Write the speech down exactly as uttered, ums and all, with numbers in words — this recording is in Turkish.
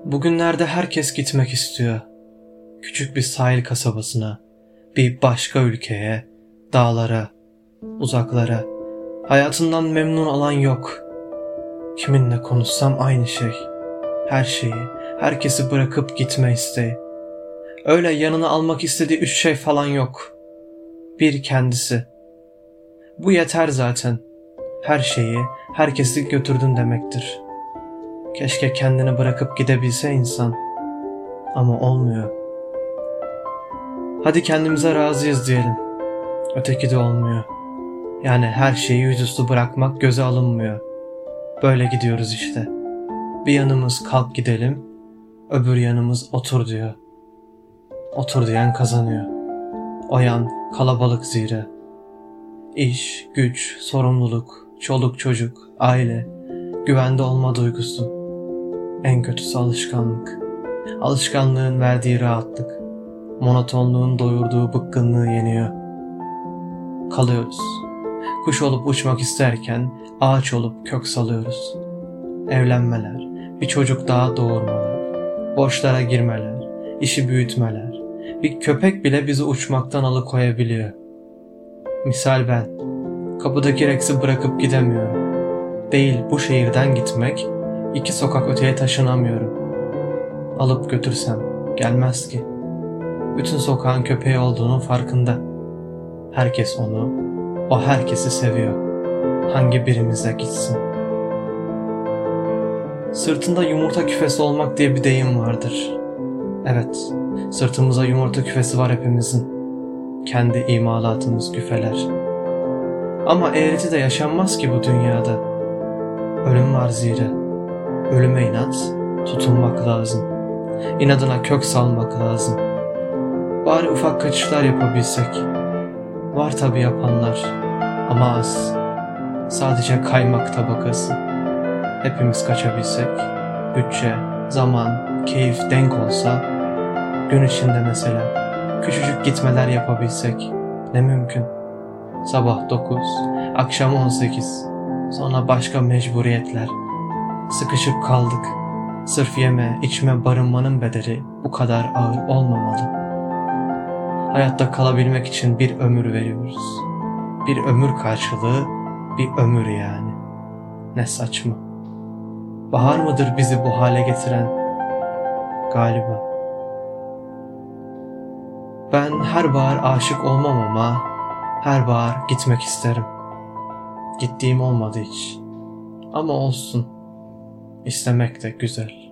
Bugünlerde herkes gitmek istiyor. Küçük bir sahil kasabasına, bir başka ülkeye, dağlara, uzaklara. Hayatından memnun olan yok. Kiminle konuşsam aynı şey. Her şeyi, herkesi bırakıp gitme isteği. Öyle yanına almak istediği üç şey falan yok. Bir kendisi. Bu yeter zaten. Her şeyi, herkesi götürdün demektir. Keşke kendini bırakıp gidebilse insan. Ama olmuyor. Hadi kendimize razıyız diyelim. Öteki de olmuyor. Yani her şeyi yüzüstü bırakmak göze alınmıyor. Böyle gidiyoruz işte. Bir yanımız kalk gidelim, öbür yanımız otur diyor. Otur diyen kazanıyor. O yan kalabalık zira. İş, güç, sorumluluk, çoluk çocuk, aile, güvende olma duygusu. En kötüsü alışkanlık. Alışkanlığın verdiği rahatlık. Monotonluğun doyurduğu bıkkınlığı yeniyor. Kalıyoruz. Kuş olup uçmak isterken ağaç olup kök salıyoruz. Evlenmeler, bir çocuk daha doğurmalar, borçlara girmeler, işi büyütmeler. Bir köpek bile bizi uçmaktan alıkoyabiliyor. Misal ben, kapıdaki Rex'i bırakıp gidemiyorum. Değil bu şehirden gitmek, iki sokak öteye taşınamıyorum. Alıp götürsem gelmez ki. Bütün sokağın köpeği olduğunun farkında. Herkes onu, o herkesi seviyor. Hangi birimize gitsin? Sırtında yumurta küfesi olmak diye bir deyim vardır. Evet, sırtımıza yumurta küfesi var hepimizin. Kendi imalatımız küfeler. Ama eğreti de yaşanmaz ki bu dünyada. Ölüm var zira. Ölüme inat, tutunmak lazım. İnadına kök salmak lazım. Bari ufak kaçışlar yapabilsek. Var tabi yapanlar ama az. Sadece kaymak tabakası. Hepimiz kaçabilsek, bütçe, zaman, keyif denk olsa, gün içinde mesela küçücük gitmeler yapabilsek ne mümkün. Sabah dokuz, akşam on sekiz, sonra başka mecburiyetler. Sıkışıp kaldık. Sırf yeme, içme, barınmanın bedeli bu kadar ağır olmamalı. Hayatta kalabilmek için bir ömür veriyoruz. Bir ömür karşılığı, bir ömür yani. Ne saçma. Bahar mıdır bizi bu hale getiren? Galiba. Ben her bahar aşık olmam ama her bahar gitmek isterim. Gittiğim olmadı hiç. Ama olsun. İstemek de güzel.